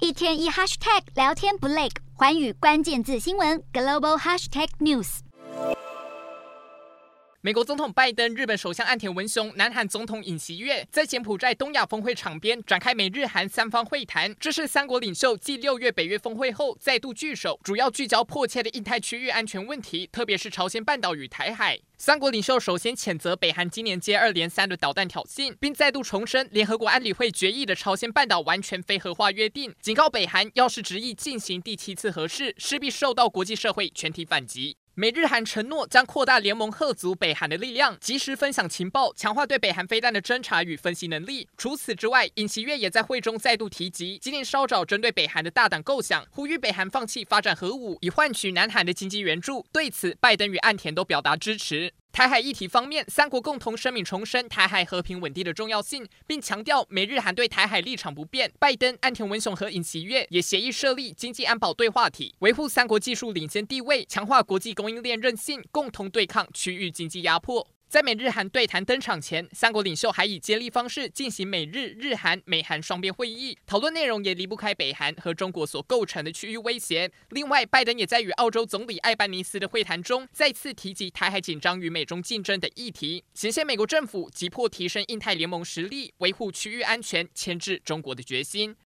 一天一 hashtag 聊天不累，寰宇关键字新闻 global hashtag news。 美国总统拜登、日本首相岸田文雄、南韩总统尹锡悦在柬埔寨东亚峰会场边展开美日韩三方会谈，这是三国领袖继6月北约峰会后再度聚首，主要聚焦迫切的印太区域安全问题，特别是朝鲜半岛与台海。三国领袖首先谴责北韩今年接二连三的导弹挑衅，并再度重申联合国安理会决议的朝鲜半岛完全非核化约定，警告北韩要是执意进行第7次核试，势必受到国际社会全体反击。美日韩承诺将扩大联盟嚇阻北韩的力量，及时分享情报，强化对北韩飞弹的侦察与分析能力。除此之外，尹锡悦也在会中再度提及今年稍早针对北韩的大胆构想，呼吁北韩放弃发展核武，以换取南韩的经济援助。对此，拜登与岸田都表达支持。台海议题方面，三国共同声明重申台海和平稳定的重要性，并强调美日韩对台海立场不变。拜登、岸田文雄和尹锡悦也协议设立经济安保对话体，维护三国技术领先地位，强化国际供应链韧性，共同对抗区域经济压迫。在美日韩对谈登场前，三国领袖还以接力方式进行美日、日韩、美韩双边会议，讨论内容也离不开北韩和中国所构成的区域威胁。另外，拜登也在与澳洲总理艾班尼斯的会谈中，再次提及台海紧张与美中竞争的议题，显现美国政府急迫提升印太联盟实力，维护区域安全，牵制中国的决心。